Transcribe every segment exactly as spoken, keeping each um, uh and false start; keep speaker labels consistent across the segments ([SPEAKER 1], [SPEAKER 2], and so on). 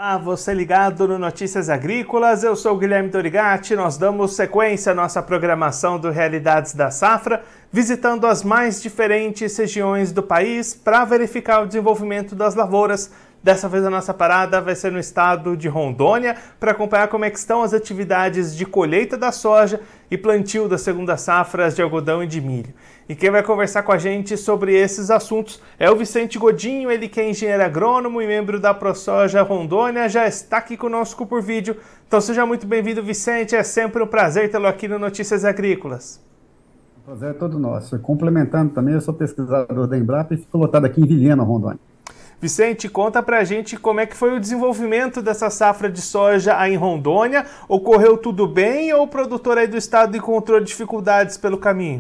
[SPEAKER 1] Ah, você ligado no Notícias Agrícolas, eu sou o Guilherme Dorigatti. Nós damos sequência à nossa programação do Realidades da Safra, visitando as mais diferentes regiões do país para verificar o desenvolvimento das lavouras. Dessa vez a nossa parada vai ser no estado de Rondônia para acompanhar como é que estão as atividades de colheita da soja e plantio das segundas safras de algodão e de milho. E quem vai conversar com a gente sobre esses assuntos é o Vicente Godinho, ele que é engenheiro agrônomo e membro da ProSoja Rondônia, já está aqui conosco por vídeo. Então seja muito bem-vindo, Vicente, é sempre um prazer tê-lo aqui no Notícias Agrícolas.
[SPEAKER 2] O prazer é todo nosso. Complementando também, eu sou pesquisador da Embrapa e fico lotado aqui em Vilhena, Rondônia.
[SPEAKER 1] Vicente, conta pra gente como é que foi o desenvolvimento dessa safra de soja aí em Rondônia. Ocorreu tudo bem ou o produtor aí do estado encontrou dificuldades pelo caminho?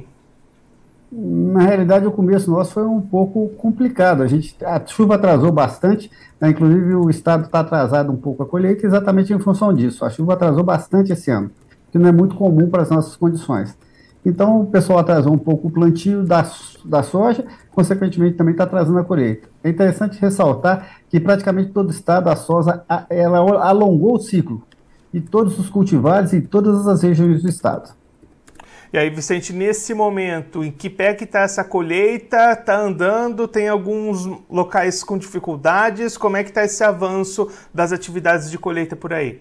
[SPEAKER 2] Na realidade, o começo nosso foi um pouco complicado. A, gente, a chuva atrasou bastante, né? Inclusive o estado está atrasado um pouco a colheita exatamente em função disso. A chuva atrasou bastante esse ano, que não é muito comum para as nossas condições. Então, o pessoal atrasou um pouco o plantio da, da soja, consequentemente também está atrasando a colheita. É interessante ressaltar que praticamente todo o estado, a soja, ela alongou o ciclo de todos os cultivares e todas as regiões do estado.
[SPEAKER 1] E aí, Vicente, nesse momento, em que pé que está essa colheita? Está andando? Tem alguns locais com dificuldades? Como é que está esse avanço das atividades de colheita por aí?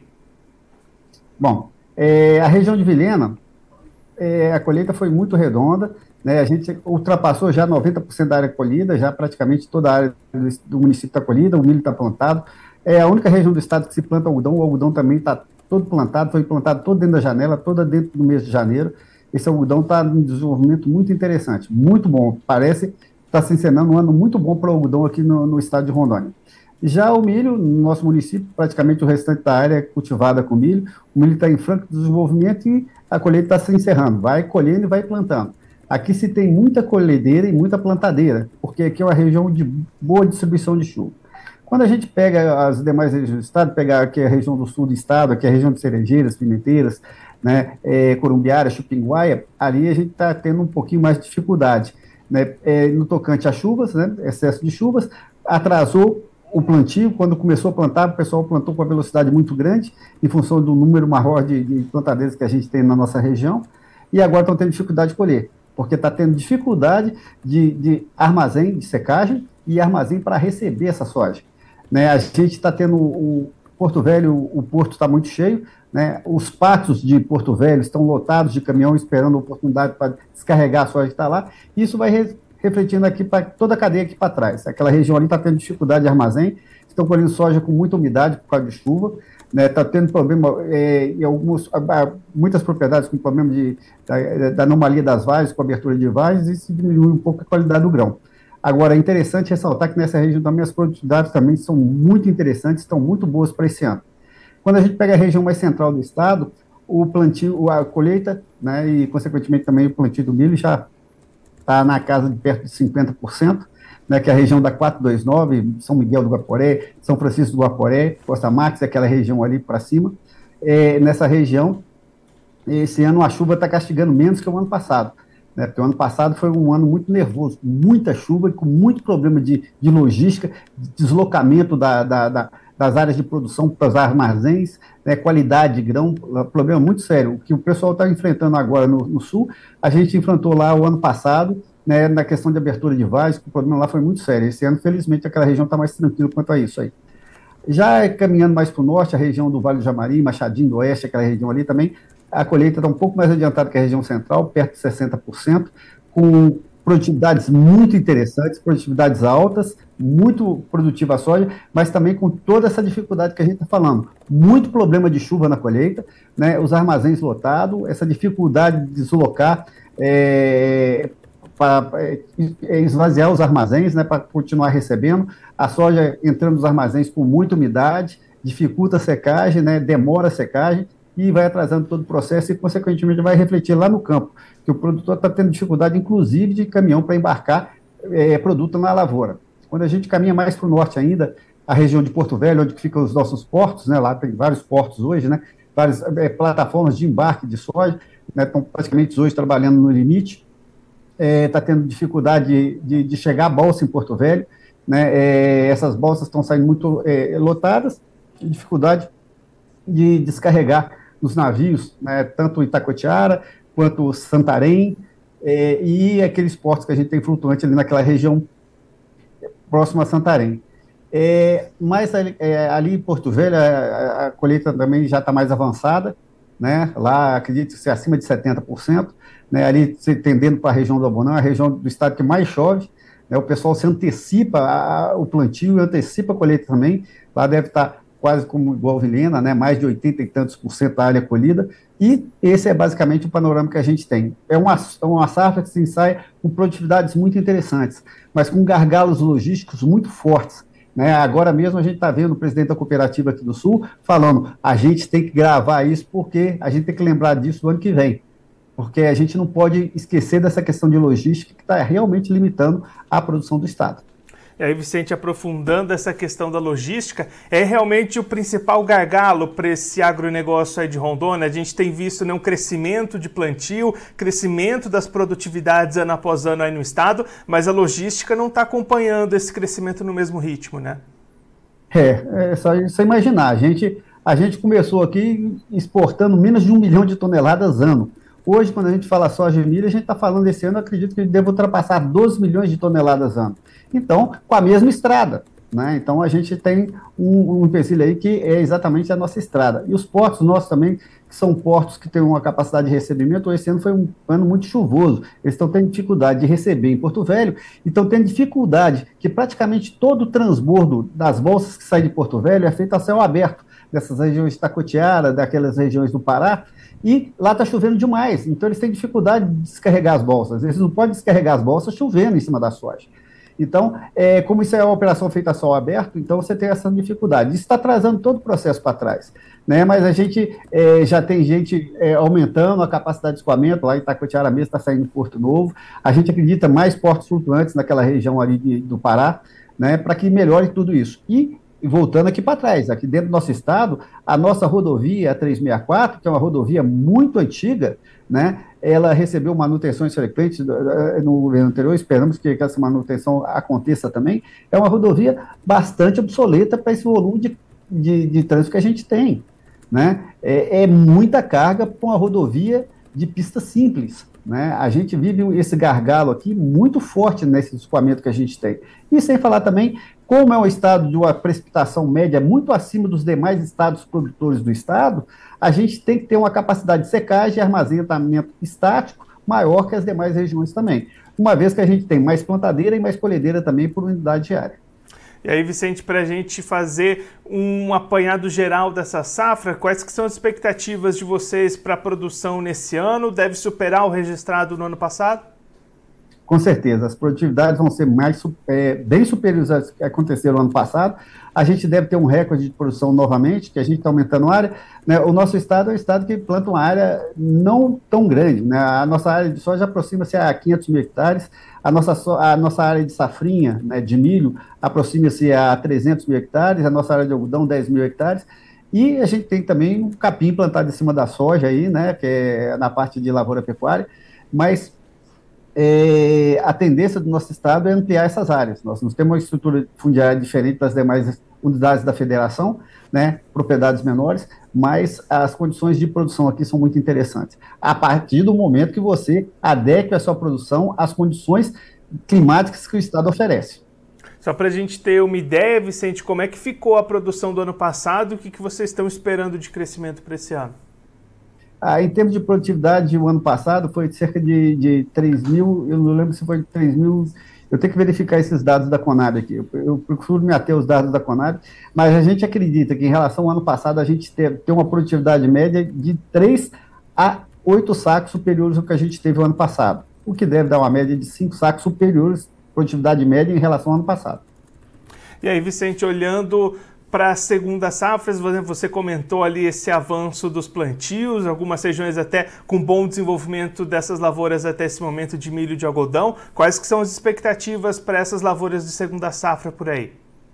[SPEAKER 2] Bom, é, a região de Vilhena, É, a colheita foi muito redonda, né? A gente ultrapassou já noventa por cento da área colhida, já praticamente toda a área do, do município está colhida, o milho está plantado. É a única região do estado que se planta algodão, o algodão também está todo plantado, foi plantado todo dentro da janela, toda dentro do mês de janeiro. Esse algodão está em desenvolvimento muito interessante, muito bom, parece estar se encenando um ano muito bom para o algodão aqui no, no estado de Rondônia. Já o milho, no nosso município, praticamente o restante da área é cultivada com milho, o milho está em franco desenvolvimento e a colheita está se encerrando, vai colhendo e vai plantando. Aqui se tem muita colhedeira e muita plantadeira, porque aqui é uma região de boa distribuição de chuva. Quando a gente pega as demais regiões do estado, pegar aqui a região do sul do estado, aqui a região de Cerejeiras, Pimenteiras, né, é, Corumbiara, Chupinguaia, ali a gente está tendo um pouquinho mais de dificuldade, né, é, no tocante a chuvas, né, excesso de chuvas, atrasou o plantio. Quando começou a plantar, o pessoal plantou com uma velocidade muito grande, em função do número maior de, de plantadeiras que a gente tem na nossa região, e agora estão tendo dificuldade de colher, porque está tendo dificuldade de, de armazém, de secagem, e armazém para receber essa soja. Né, a gente está tendo o Porto Velho, o porto está muito cheio, né, os pátios de Porto Velho estão lotados de caminhão esperando a oportunidade para descarregar a soja que está lá, e isso vai refletindo aqui para toda a cadeia aqui para trás. Aquela região ali está tendo dificuldade de armazém, estão colhendo soja com muita umidade por causa de chuva, né, está tendo problema é, em algumas, muitas propriedades com problema de, da, da anomalia das vagens, cobertura de vagens, e isso diminui um pouco a qualidade do grão. Agora, é interessante ressaltar que nessa região também as produtividades também são muito interessantes, estão muito boas para esse ano. Quando a gente pega a região mais central do estado, o plantio, a colheita, né, e consequentemente também o plantio do milho já está na casa de perto de cinquenta por cento, né, que é a região da quatrocentos e vinte e nove, São Miguel do Guaporé, São Francisco do Guaporé, Costa Max, aquela região ali para cima. É, nessa região, esse ano a chuva está castigando menos que o ano passado, né, porque o ano passado foi um ano muito nervoso, com muita chuva e com muito problema de, de logística, de deslocamento da, da, da, das áreas de produção para os armazéns, né, qualidade de grão, problema muito sério. O que o pessoal está enfrentando agora no, no sul, a gente enfrentou lá o ano passado, né, na questão de abertura de vagens, que o problema lá foi muito sério. Esse ano, felizmente, aquela região está mais tranquila quanto a isso aí. Já caminhando mais para o norte, a região do Vale do Jamari, Machadinho do Oeste, aquela região ali também, a colheita está um pouco mais adiantada que a região central, perto de sessenta por cento, com produtividades muito interessantes, produtividades altas, muito produtiva a soja, mas também com toda essa dificuldade que a gente está falando. Muito problema de chuva na colheita, né, os armazéns lotados, essa dificuldade de deslocar, é, para é, esvaziar os armazéns, né, para continuar recebendo, a soja entrando nos armazéns com muita umidade, dificulta a secagem, né, demora a secagem, e vai atrasando todo o processo e, consequentemente, vai refletir lá no campo, que o produtor está tendo dificuldade, inclusive, de caminhão para embarcar é, produto na lavoura. Quando a gente caminha mais para o norte ainda, a região de Porto Velho, onde ficam os nossos portos, né, lá tem vários portos hoje, né, várias é, plataformas de embarque de soja, né, estão praticamente hoje trabalhando no limite, está é, tendo dificuldade de, de, de chegar a balsa em Porto Velho, né, é, essas balsas estão saindo muito é, lotadas, dificuldade de descarregar nos navios, né, tanto Itacoatiara quanto Santarém, é, e aqueles portos que a gente tem flutuante ali naquela região próxima a Santarém. É, mas é, ali em Porto Velho, a, a colheita também já está mais avançada, né? Lá acredito ser acima de setenta por cento, né? Ali se tendendo para a região do Abunão, a região do estado que mais chove, né? O pessoal se antecipa a, o plantio e antecipa a colheita também. Lá deve estar quase como igual Vilhena, né? Mais de oitenta e tantos por cento da área colhida, e esse é basicamente o panorama que a gente tem. É uma, uma safra que se ensaia com produtividades muito interessantes, mas com gargalos logísticos muito fortes. Né, agora mesmo a gente está vendo o presidente da cooperativa aqui do Sul falando, a gente tem que gravar isso porque a gente tem que lembrar disso no ano que vem, porque a gente não pode esquecer dessa questão de logística que está realmente limitando a produção do Estado.
[SPEAKER 1] E aí, Vicente, aprofundando essa questão da logística, é realmente o principal gargalo para esse agronegócio aí de Rondônia? A gente tem visto, né, um crescimento de plantio, crescimento das produtividades ano após ano aí no estado, mas a logística não está acompanhando esse crescimento no mesmo ritmo, né?
[SPEAKER 2] É, é só você imaginar, a gente, a gente começou aqui exportando menos de um milhão de toneladas ano. Hoje, quando a gente fala soja e milho, a gente está falando esse ano, acredito que deve ultrapassar doze milhões de toneladas ano. Então, com a mesma estrada, né? Então, a gente tem um, um empecilho aí que é exatamente a nossa estrada. E os portos nossos também, que são portos que têm uma capacidade de recebimento, esse ano foi um ano muito chuvoso, eles estão tendo dificuldade de receber em Porto Velho, e estão tendo dificuldade que praticamente todo o transbordo das bolsas que saem de Porto Velho é feito a céu aberto, dessas regiões de Itacoatiara, daquelas regiões do Pará, e lá está chovendo demais, então eles têm dificuldade de descarregar as bolsas, eles não podem descarregar as bolsas chovendo em cima da soja. Então, é, como isso é uma operação feita a sol aberto, então você tem essa dificuldade. Isso está trazendo todo o processo para trás, né? Mas a gente é, já tem gente é, aumentando a capacidade de escoamento, lá em Itacoatiara mesmo está saindo Porto Novo, a gente acredita mais portos flutuantes naquela região ali de, do Pará, né, para que melhore tudo isso. E E voltando aqui para trás, aqui dentro do nosso estado, a nossa rodovia, a trezentos e sessenta e quatro, que é uma rodovia muito antiga, né, ela recebeu manutenções frequentes no governo anterior, esperamos que essa manutenção aconteça também, é uma rodovia bastante obsoleta para esse volume de, de, de trânsito que a gente tem. Né? É, é muita carga para uma rodovia de pista simples. Né? A gente vive esse gargalo aqui muito forte nesse escoamento que a gente tem. E sem falar também, como é um estado de uma precipitação média muito acima dos demais estados produtores do estado, a gente tem que ter uma capacidade de secagem e armazenamento estático maior que as demais regiões também, uma vez que a gente tem mais plantadeira e mais colhedeira também por unidade diária.
[SPEAKER 1] E aí, Vicente, para a gente fazer um apanhado geral dessa safra, quais que são as expectativas de vocês para a produção nesse ano? Deve superar o registrado no ano passado?
[SPEAKER 2] Com certeza, as produtividades vão ser mais, é, bem superiores às que aconteceram no ano passado. A gente deve ter um recorde de produção novamente, que a gente está aumentando a área. Né? O nosso estado é um estado que planta uma área não tão grande. Né? A nossa área de soja aproxima-se a quinhentos mil hectares, a nossa, so, a nossa área de safrinha, né, de milho, aproxima-se a trezentos mil hectares, a nossa área de algodão, dez mil hectares. E a gente tem também um capim plantado em cima da soja, aí, né, que é na parte de lavoura pecuária, mas É, a tendência do nosso estado é ampliar essas áreas. Nós não temos uma estrutura fundiária diferente das demais unidades da federação, né, propriedades menores, mas as condições de produção aqui são muito interessantes. A partir do momento que você adeque a sua produção às condições climáticas que o estado oferece.
[SPEAKER 1] Só para a gente ter uma ideia, Vicente, como é que ficou a produção do ano passado e o que, que vocês estão esperando de crescimento para esse ano?
[SPEAKER 2] Ah, em termos de produtividade, o ano passado foi de cerca de, de três mil, eu não lembro se foi três mil, eu tenho que verificar esses dados da Conab aqui, eu, eu procuro me ater aos dados da Conab, mas a gente acredita que em relação ao ano passado a gente tem, tem uma produtividade média de três a oito sacos superiores ao que a gente teve o ano passado, o que deve dar uma média de cinco sacos superiores, produtividade média em relação ao ano passado.
[SPEAKER 1] E aí, Vicente, olhando para a segunda safra, você comentou ali esse avanço dos plantios, algumas regiões até com bom desenvolvimento dessas lavouras até esse momento de milho e de algodão. Quais que são as expectativas para essas lavouras de segunda safra por aí?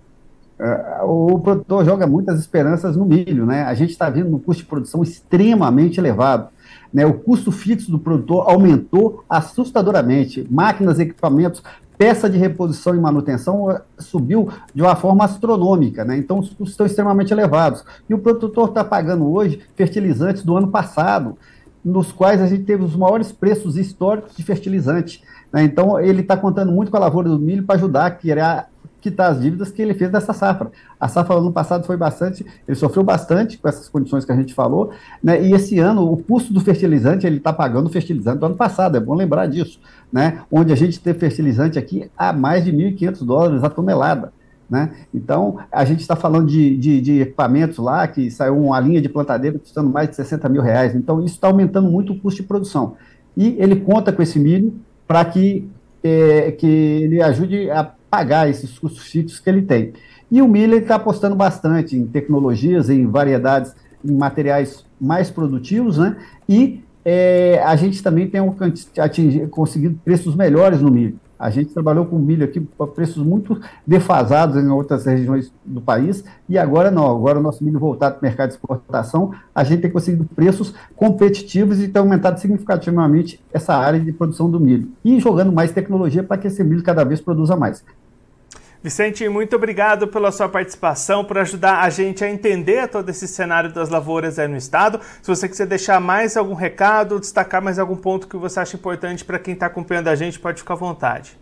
[SPEAKER 2] O produtor joga muitas esperanças no milho, né? A gente está vendo um custo de produção extremamente elevado. Né? O custo fixo do produtor aumentou assustadoramente. Máquinas, equipamentos peça de reposição e manutenção subiu de uma forma astronômica, né? Então os custos estão extremamente elevados. E o produtor está pagando hoje fertilizantes do ano passado, nos quais a gente teve os maiores preços históricos de fertilizante, né? Então ele está contando muito com a lavoura do milho para ajudar a criar, quitar as dívidas que ele fez dessa safra. A safra ano passado foi bastante, ele sofreu bastante com essas condições que a gente falou, né? E esse ano o custo do fertilizante, ele está pagando o fertilizante do ano passado, é bom lembrar disso, né? Onde a gente teve fertilizante aqui a mais de mil e quinhentos dólares a tonelada, né? Então a gente está falando de, de, de equipamentos lá, que saiu uma linha de plantadeira custando mais de sessenta mil reais, então isso está aumentando muito o custo de produção. E ele conta com esse milho para que, é, que ele ajude a pagar esses custos fixos que ele tem. E o milho está apostando bastante em tecnologias, em variedades, em materiais mais produtivos, né? E é, a gente também tem um, atingir, conseguido preços melhores no milho. A gente trabalhou com milho aqui por preços muito defasados em outras regiões do país, e agora não, agora o nosso milho voltado para o mercado de exportação, a gente tem conseguido preços competitivos e tem aumentado significativamente essa área de produção do milho. E jogando mais tecnologia para que esse milho cada vez produza mais.
[SPEAKER 1] Vicente, muito obrigado pela sua participação, por ajudar a gente a entender todo esse cenário das lavouras aí no estado. Se você quiser deixar mais algum recado, destacar mais algum ponto que você acha importante para quem está acompanhando a gente, pode ficar à vontade.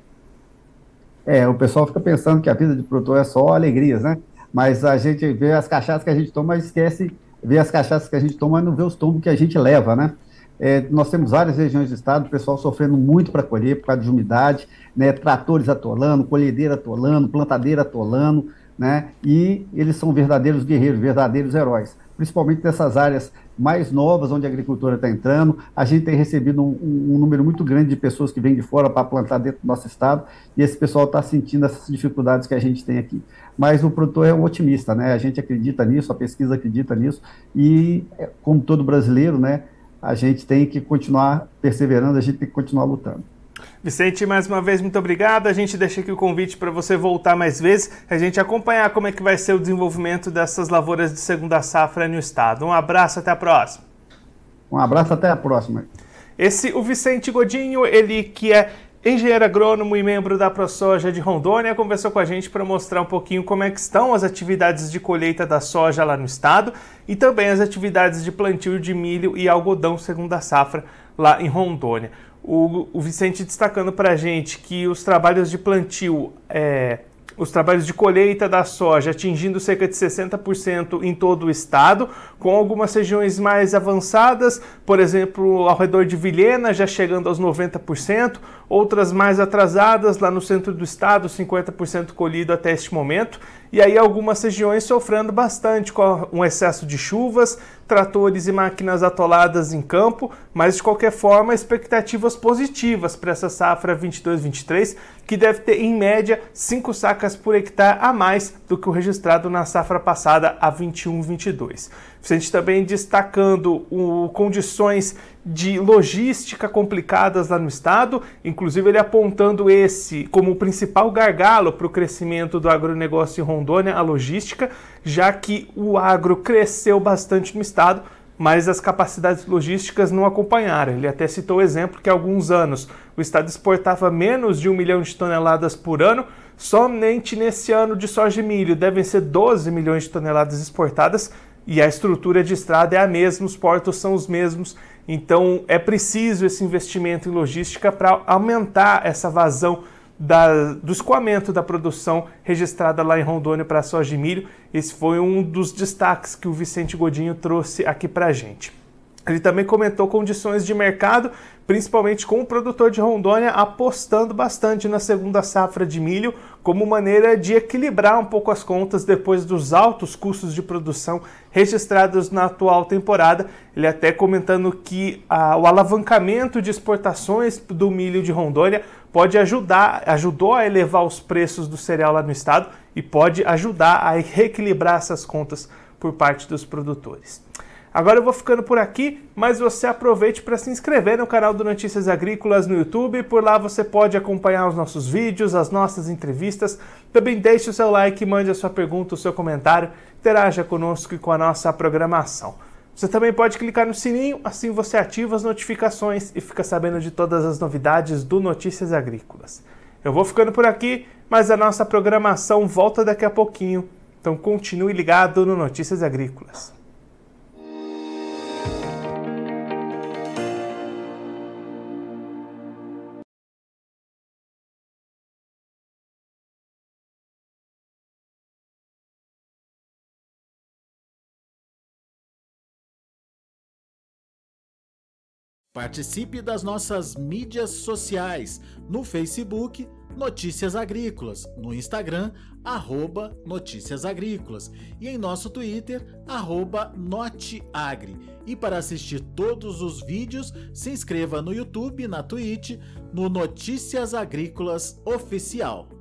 [SPEAKER 2] É, o pessoal fica pensando que a vida de produtor é só alegrias, né? Mas a gente vê as cachaças que a gente toma, mas esquece, vê as cachaças que a gente toma e não vê os tombos que a gente leva, né? É, nós temos várias regiões do estado, o pessoal sofrendo muito para colher por causa de umidade, né, tratores atolando, colhedeira atolando, plantadeira atolando, né, e eles são verdadeiros guerreiros, verdadeiros heróis, principalmente nessas áreas mais novas, onde a agricultura está entrando. A gente tem recebido um, um, um número muito grande de pessoas que vêm de fora para plantar dentro do nosso estado, e esse pessoal está sentindo essas dificuldades que a gente tem aqui. Mas o produtor é um otimista, né, a gente acredita nisso, a pesquisa acredita nisso, e como todo brasileiro, né, a gente tem que continuar perseverando, a gente tem que continuar lutando.
[SPEAKER 1] Vicente, mais uma vez, muito obrigado. A gente deixa aqui o convite para você voltar mais vezes, a gente acompanhar como é que vai ser o desenvolvimento dessas lavouras de segunda safra no estado. Um abraço, até a próxima.
[SPEAKER 2] Um abraço, até a próxima.
[SPEAKER 1] Esse, o Vicente Godinho, ele que é engenheiro agrônomo e membro da ProSoja de Rondônia, conversou com a gente para mostrar um pouquinho como é que estão as atividades de colheita da soja lá no estado e também as atividades de plantio de milho e algodão segunda safra lá em Rondônia. O, o Vicente destacando para a gente que os trabalhos de plantio, é, os trabalhos de colheita da soja atingindo cerca de sessenta por cento em todo o estado, com algumas regiões mais avançadas, por exemplo, ao redor de Vilhena, já chegando aos noventa por cento, outras mais atrasadas, lá no centro do estado, cinquenta por cento colhido até este momento, e aí algumas regiões sofrendo bastante com um excesso de chuvas, tratores e máquinas atoladas em campo, mas de qualquer forma expectativas positivas para essa safra vinte e dois vinte e três, que deve ter em média cinco sacas por hectare a mais do que o registrado na safra passada a vinte e um vinte e dois. Vicente também destacando o, condições de logística complicadas lá no estado, inclusive ele apontando esse como o principal gargalo para o crescimento do agronegócio em Rondônia, a logística, já que o agro cresceu bastante no estado, mas as capacidades logísticas não acompanharam. Ele até citou o exemplo que há alguns anos o estado exportava menos de um milhão de toneladas por ano, somente nesse ano de soja e milho devem ser doze milhões de toneladas exportadas, e a estrutura de estrada é a mesma, os portos são os mesmos, então é preciso esse investimento em logística para aumentar essa vazão da, do escoamento da produção registrada lá em Rondônia para soja e milho. Esse foi um dos destaques que o Vicente Godinho trouxe aqui para a gente. Ele também comentou condições de mercado, principalmente com o produtor de Rondônia apostando bastante na segunda safra de milho como maneira de equilibrar um pouco as contas depois dos altos custos de produção registrados na atual temporada. Ele até comentando que ah, o alavancamento de exportações do milho de Rondônia pode ajudar, ajudou a elevar os preços do cereal lá no estado e pode ajudar a reequilibrar essas contas por parte dos produtores. Agora eu vou ficando por aqui, mas você aproveite para se inscrever no canal do Notícias Agrícolas no YouTube. Por lá você pode acompanhar os nossos vídeos, as nossas entrevistas. Também deixe o seu like, mande a sua pergunta, o seu comentário, interaja conosco e com a nossa programação. Você também pode clicar no sininho, assim você ativa as notificações e fica sabendo de todas as novidades do Notícias Agrícolas. Eu vou ficando por aqui, mas a nossa programação volta daqui a pouquinho. Então continue ligado no Notícias Agrícolas.
[SPEAKER 3] Participe das nossas mídias sociais, no Facebook, Notícias Agrícolas, no Instagram, arroba Notícias Agrícolas e em nosso Twitter, arroba Noteagri. E para assistir todos os vídeos, se inscreva no YouTube, na Twitch, no Notícias Agrícolas Oficial.